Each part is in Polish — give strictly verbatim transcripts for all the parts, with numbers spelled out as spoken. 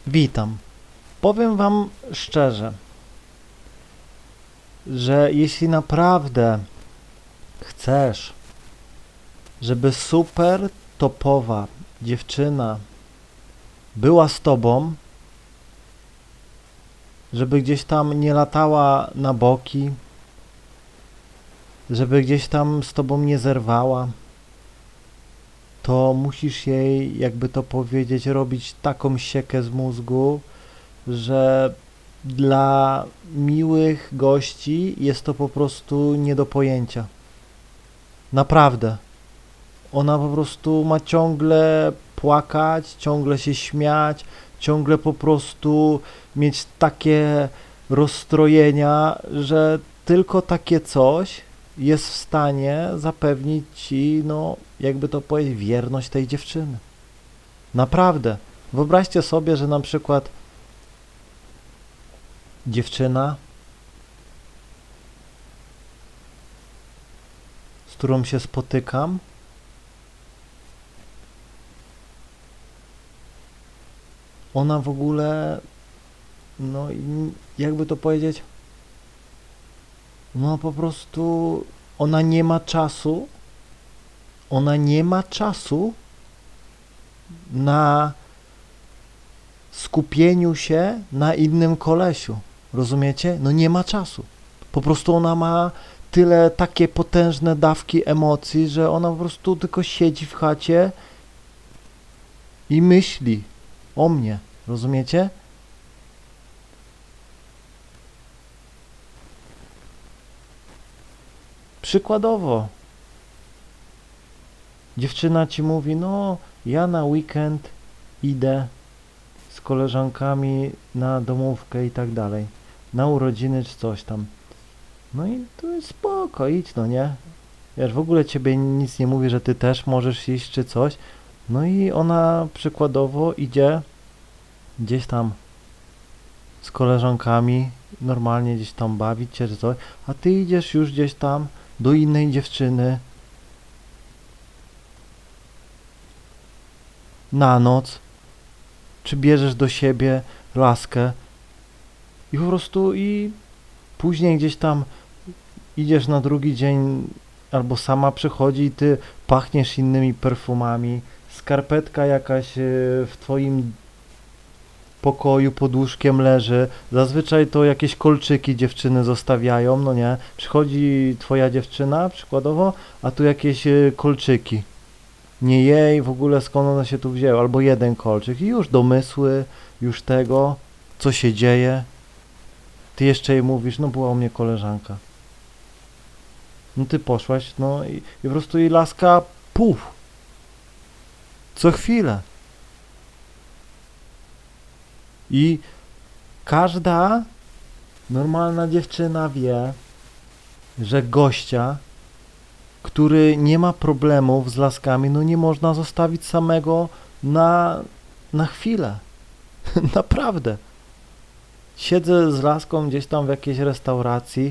Witam. Powiem wam szczerze, że jeśli naprawdę chcesz, żeby super topowa dziewczyna była z tobą, żeby gdzieś tam nie latała na boki, żeby gdzieś tam z tobą nie zerwała, to musisz jej, jakby to powiedzieć, robić taką siekę z mózgu, że dla miłych gości jest to po prostu nie do pojęcia. Naprawdę. Ona po prostu ma ciągle płakać, ciągle się śmiać, ciągle po prostu mieć takie rozstrojenia, że tylko takie coś jest w stanie zapewnić ci, no, jakby to powiedzieć, wierność tej dziewczyny. Naprawdę. Wyobraźcie sobie, że na przykład dziewczyna, z którą się spotykam, ona w ogóle, no i jakby to powiedzieć, no po prostu ona nie ma czasu, ona nie ma czasu na skupieniu się na innym kolesiu. Rozumiecie? No nie ma czasu. Po prostu ona ma tyle takie potężne dawki emocji, że ona po prostu tylko siedzi w chacie i myśli o mnie. Rozumiecie? Przykładowo, dziewczyna ci mówi, no ja na weekend idę z koleżankami na domówkę i tak dalej, na urodziny czy coś tam. No i to jest spoko, idź, no nie? Wiesz, w ogóle ciebie nic nie mówi, że ty też możesz iść czy coś. No i ona przykładowo idzie gdzieś tam z koleżankami, normalnie gdzieś tam bawić się czy coś, a ty idziesz już gdzieś tam do innej dziewczyny na noc, czy bierzesz do siebie laskę i po prostu i później gdzieś tam idziesz na drugi dzień albo sama przychodzi i ty pachniesz innymi perfumami, skarpetka jakaś e, w twoim pokoju pod łóżkiem leży, zazwyczaj to jakieś kolczyki dziewczyny zostawiają, no nie, przychodzi twoja dziewczyna przykładowo, a tu jakieś e, kolczyki, nie jej, w ogóle skąd one się tu wzięły, albo jeden kolczyk i już domysły, już tego, co się dzieje, ty jeszcze jej mówisz, no była u mnie koleżanka. No ty poszłaś, no i, i po prostu jej laska, puf, co chwilę. I każda normalna dziewczyna wie, że gościa, który nie ma problemów z laskami, no nie można zostawić samego na, na chwilę. Naprawdę. Siedzę z laską gdzieś tam w jakiejś restauracji.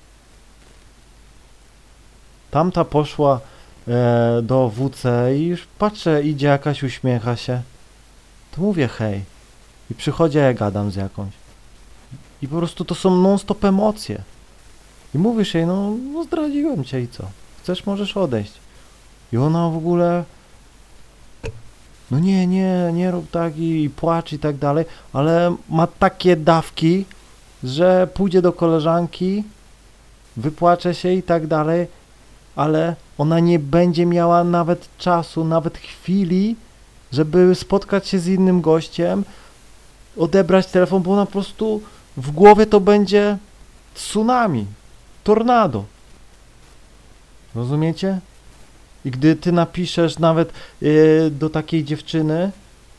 Tamta poszła e, do W C i już patrzę, idzie jakaś, uśmiecha się. To mówię hej. I przychodzi, a ja gadam z jakąś. I po prostu to są non-stop emocje. I mówisz jej, no, no zdradziłem cię i co? Chcesz, możesz odejść. I ona w ogóle, no nie, nie, nie rób tak i, i płacz i tak dalej, ale ma takie dawki, że pójdzie do koleżanki, wypłacze się i tak dalej, ale ona nie będzie miała nawet czasu, nawet chwili, żeby spotkać się z innym gościem, odebrać telefon, bo ona po prostu w głowie to będzie tsunami, tornado. Rozumiecie? I gdy ty napiszesz nawet yy, do takiej dziewczyny,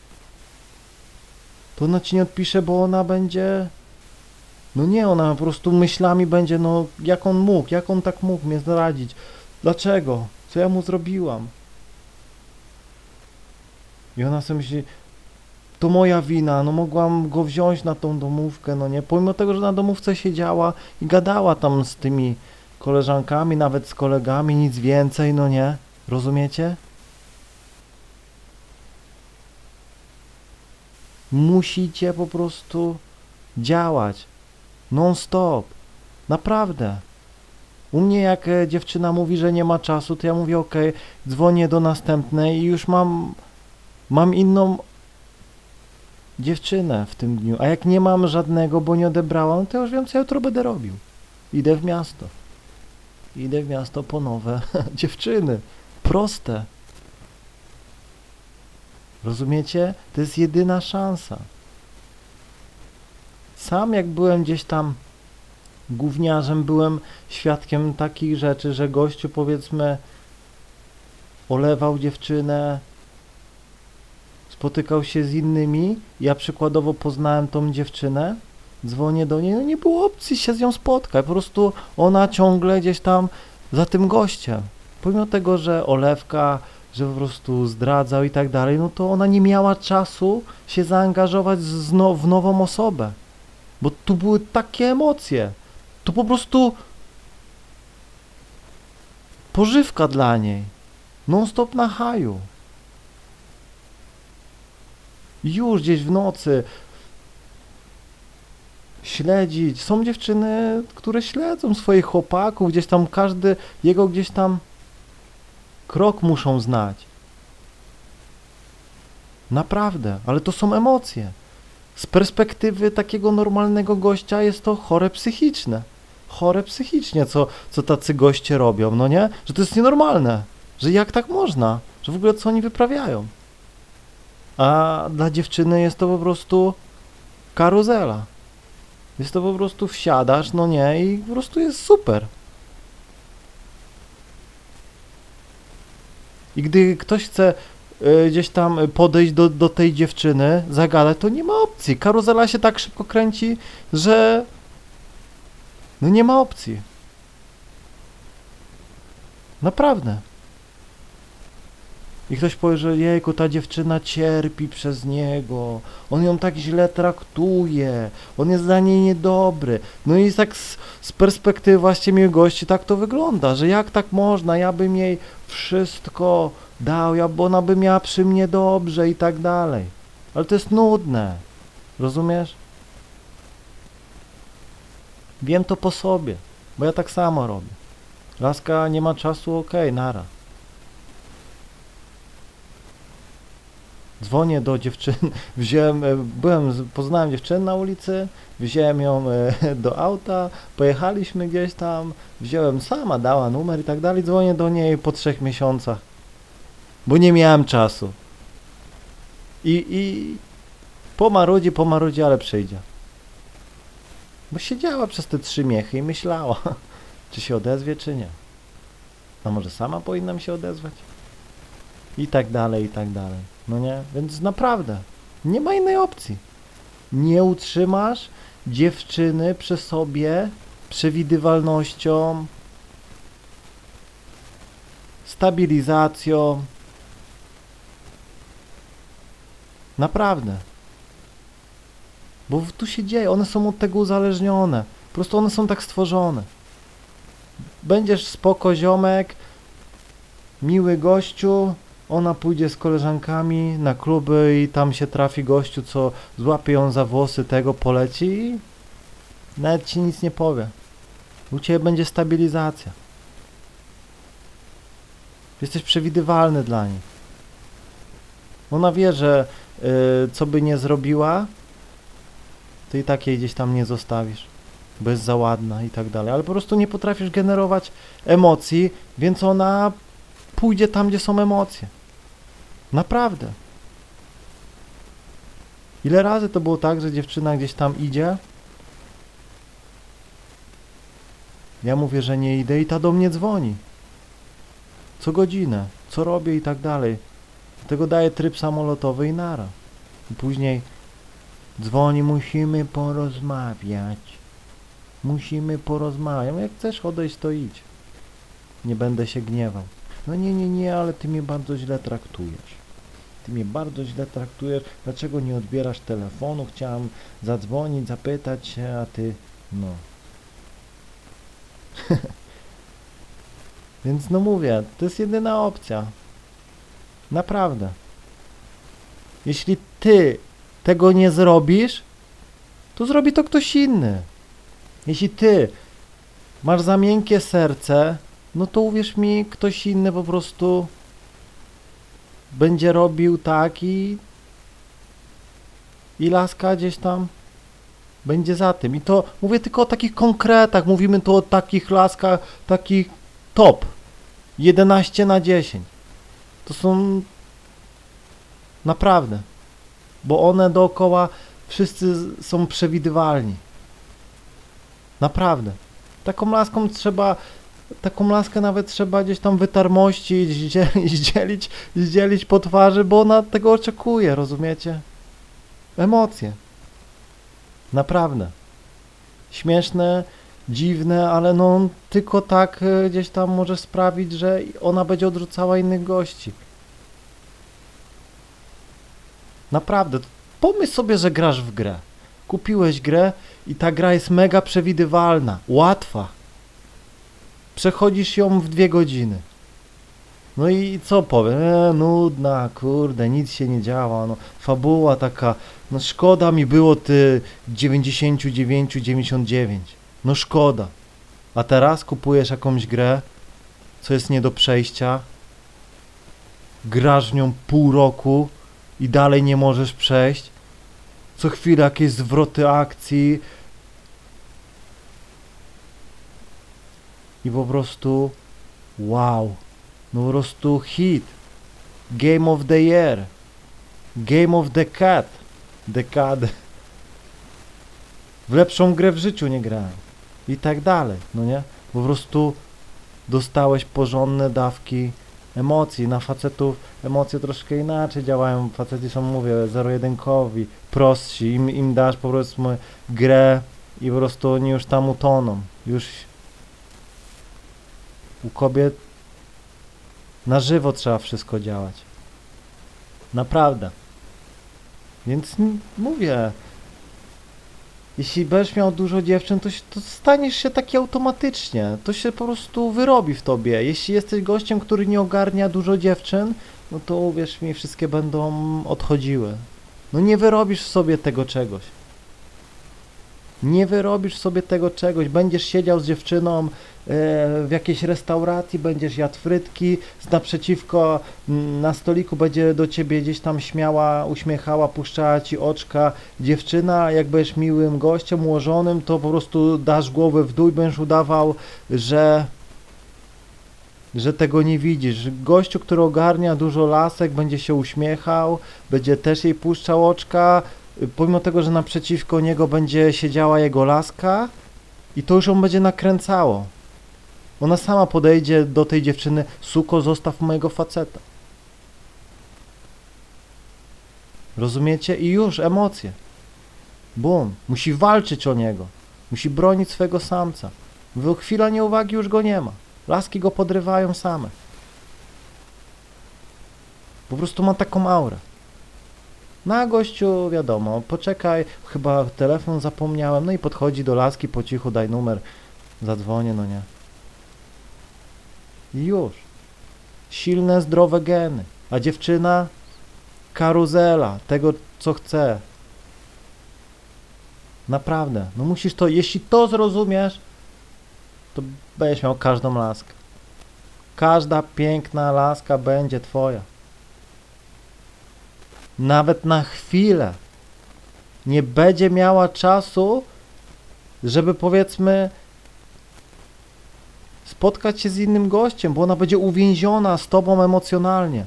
to ona ci nie odpisze, bo ona będzie... No nie, ona po prostu myślami będzie, no jak on mógł, jak on tak mógł mnie zdradzić? Dlaczego? Co ja mu zrobiłam? I ona sobie myśli, to moja wina, no mogłam go wziąć na tą domówkę, no nie? Pomimo tego, że na domówce siedziała i gadała tam z tymi koleżankami, nawet z kolegami, nic więcej, no nie? Rozumiecie? Musicie po prostu działać. Non stop. Naprawdę. U mnie jak e, dziewczyna mówi, że nie ma czasu, to ja mówię ok, dzwonię do następnej i już mam, mam inną dziewczynę w tym dniu. A jak nie mam żadnego, bo nie odebrała, no to ja już wiem, co ja jutro będę robił. Idę w miasto. Idę w miasto po nowe dziewczyny. Proste. Rozumiecie? To jest jedyna szansa. Sam jak byłem gdzieś tam gówniarzem, byłem świadkiem takich rzeczy, że gościu powiedzmy olewał dziewczynę, spotykał się z innymi, ja przykładowo poznałem tą dziewczynę, dzwonię do niej, no nie było opcji się z nią spotkać, po prostu ona ciągle gdzieś tam za tym gościem. Pomimo tego, że olewka, że po prostu zdradzał i tak dalej, no to ona nie miała czasu się zaangażować z no, w nową osobę. Bo tu były takie emocje. To po prostu pożywka dla niej. Non stop na haju. Już gdzieś w nocy śledzić. Są dziewczyny, które śledzą swoich chłopaków, gdzieś tam każdy jego gdzieś tam krok muszą znać. Naprawdę, ale to są emocje. Z perspektywy takiego normalnego gościa jest to chore psychiczne. Chore psychicznie, co, co tacy goście robią, no nie? Że to jest nienormalne. Że jak tak można? Że w ogóle co oni wyprawiają? A dla dziewczyny jest to po prostu karuzela. Jest to po prostu wsiadasz, no nie, i po prostu jest super. I gdy ktoś chce y, gdzieś tam podejść do, do tej dziewczyny, zagadać, to nie ma opcji. Karuzela się tak szybko kręci, że no nie ma opcji. Naprawdę. I ktoś powie, że jejku, ta dziewczyna cierpi przez niego, on ją tak źle traktuje, on jest dla niej niedobry. No i tak z, z perspektywy właśnie miłości tak to wygląda, że jak tak można, ja bym jej wszystko dał, ja, bo ona by miała przy mnie dobrze i tak dalej. Ale to jest nudne, rozumiesz? Wiem to po sobie, bo ja tak samo robię. Laska nie ma czasu, okej, nara. Dzwonię do dziewczyny, wziąłem, byłem, poznałem dziewczynę na ulicy, wziąłem ją do auta, pojechaliśmy gdzieś tam, wziąłem sama, dała numer i tak dalej, dzwonię do niej po trzech miesiącach, bo nie miałem czasu. I, i po marudzi, po marudzi, ale przyjdzie. Bo siedziała przez te trzy miechy i myślała, czy się odezwie, czy nie. A może sama powinnam się odezwać? I tak dalej, i tak dalej. No nie? Więc naprawdę, nie ma innej opcji. Nie utrzymasz dziewczyny przy sobie przewidywalnością, stabilizacją. Naprawdę. Bo tu się dzieje, one są od tego uzależnione. Po prostu one są tak stworzone. Będziesz spoko ziomek, miły gościu, ona pójdzie z koleżankami na kluby i tam się trafi gościu, co złapie ją za włosy, tego poleci i nawet ci nic nie powie. U ciebie będzie stabilizacja. Jesteś przewidywalny dla niej. Ona wie, że yy, co by nie zrobiła, to i tak jej gdzieś tam nie zostawisz, bo jest za ładna i tak dalej, ale po prostu nie potrafisz generować emocji, więc ona pójdzie tam, gdzie są emocje. Naprawdę. Ile razy to było tak, że dziewczyna gdzieś tam idzie, ja mówię, że nie idę i ta do mnie dzwoni. Co godzinę, co robię i tak dalej. Dlatego daję tryb samolotowy i nara. I później dzwoni, musimy porozmawiać. Musimy porozmawiać. Jak chcesz odejść, to idź. Nie będę się gniewał. No nie, nie, nie, ale ty mnie bardzo źle traktujesz. Ty mnie bardzo źle traktujesz. Dlaczego nie odbierasz telefonu? Chciałam zadzwonić, zapytać się, a ty... No. Więc no mówię, to jest jedyna opcja. Naprawdę. Jeśli ty tego nie zrobisz, to zrobi to ktoś inny. Jeśli ty masz za miękkie serce, no to uwierz mi, ktoś inny po prostu będzie robił tak i i laska gdzieś tam będzie za tym. I to mówię tylko o takich konkretach, mówimy tu o takich laskach, takich top. jedenaście na dziesięć. To są naprawdę, bo one dookoła wszyscy są przewidywalni. Naprawdę. Taką laską trzeba, taką laskę nawet trzeba gdzieś tam wytarmościć, zdzielić, zdzielić, zdzielić po twarzy, bo ona tego oczekuje, rozumiecie? Emocje. Naprawdę. Śmieszne, dziwne, ale no tylko tak gdzieś tam może sprawić, że ona będzie odrzucała innych gości. Naprawdę. Pomyśl sobie, że grasz w grę. Kupiłeś grę i ta gra jest mega przewidywalna, łatwa. Przechodzisz ją w dwie godziny. No i co powiem? E, nudna, kurde, nic się nie działa, no, fabuła taka, no szkoda mi było ty dziewięćdziesiąt dziewięć dziewięćdziesiąt dziewięć, no szkoda. A teraz kupujesz jakąś grę, co jest nie do przejścia, grasz w nią pół roku i dalej nie możesz przejść, co chwilę jakieś zwroty akcji i po prostu wow. No po prostu hit. Game of the year. Game of the cat. Dekady. W lepszą grę w życiu nie grałem. I tak dalej, no nie? Po prostu dostałeś porządne dawki emocji. Na facetów emocje troszkę inaczej działają. Faceci są, mówię, zero-jedynkowi, prostsi. Im, im dasz po prostu grę i po prostu oni już tam utoną. Już u kobiet na żywo trzeba wszystko działać. Naprawdę. Więc mówię, jeśli będziesz miał dużo dziewczyn, to, to staniesz się taki automatycznie. To się po prostu wyrobi w tobie. Jeśli jesteś gościem, który nie ogarnia dużo dziewczyn, no to uwierz mi, wszystkie będą odchodziły. No nie wyrobisz w sobie tego czegoś. Nie wyrobisz sobie tego czegoś. Będziesz siedział z dziewczyną e, w jakiejś restauracji, będziesz jadł frytki, z naprzeciwko m, na stoliku będzie do ciebie gdzieś tam śmiała, uśmiechała, puszczała ci oczka dziewczyna, jak będziesz miłym gościem, ułożonym, to po prostu dasz głowę w dół i będziesz udawał, że że tego nie widzisz. Gościu, który ogarnia dużo lasek, będzie się uśmiechał, będzie też jej puszczał oczka, pomimo tego, że naprzeciwko niego będzie siedziała jego laska i to już ją będzie nakręcało. Ona sama podejdzie do tej dziewczyny, suko, zostaw mojego faceta. Rozumiecie? I już, emocje. Bum. Musi walczyć o niego. Musi bronić swojego samca. Bo chwila nieuwagi już go nie ma. Laski go podrywają same. Po prostu ma taką aurę. Na gościu, wiadomo, poczekaj, chyba telefon zapomniałem, no i podchodzi do laski po cichu, daj numer, zadzwonię, no nie. I już. Silne, zdrowe geny. A dziewczyna? Karuzela, tego co chce. Naprawdę, no musisz to, jeśli to zrozumiesz, to będziesz miał każdą laskę. Każda piękna laska będzie twoja. Nawet na chwilę nie będzie miała czasu, żeby powiedzmy spotkać się z innym gościem, bo ona będzie uwięziona z tobą emocjonalnie.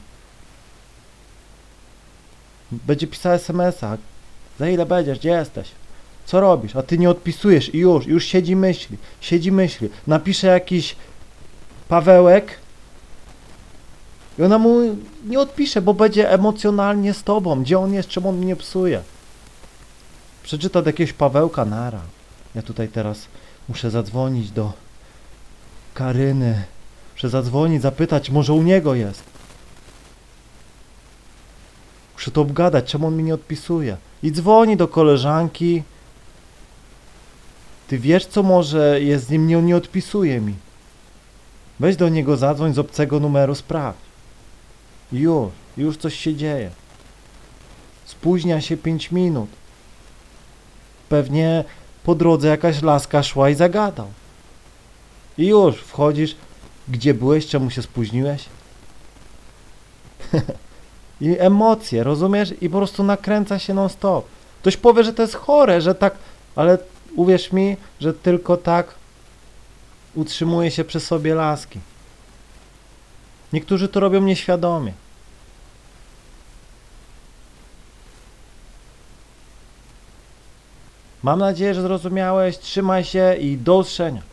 Będzie pisała es em es a. Za ile będziesz? Gdzie jesteś? Co robisz? A ty nie odpisujesz i już, już siedzi myśli, siedzi myśli. Napisze jakiś Pawełek i ona mu nie odpisze, bo będzie emocjonalnie z tobą. Gdzie on jest? Czemu on mnie psuje? Przeczyta do jakiegoś Pawełka, nara. Ja tutaj teraz muszę zadzwonić do Karyny. Muszę zadzwonić, zapytać, może u niego jest. Muszę to obgadać, czemu on mi nie odpisuje. I dzwoni do koleżanki. Ty wiesz, co może jest z nim, nie, nie odpisuje mi. Weź do niego, zadzwoń z obcego numeru, sprawdź. I już, już coś się dzieje. spóźnia się pięć minut. Pewnie po drodze jakaś laska szła i zagadał. I już wchodzisz, gdzie byłeś, czemu się spóźniłeś? I emocje, rozumiesz? I po prostu nakręca się non stop. Ktoś powie, że to jest chore, że tak, ale uwierz mi, że tylko tak utrzymuje się przy sobie laski. Niektórzy to robią nieświadomie. Mam nadzieję, że zrozumiałeś. Trzymaj się i do usłyszenia.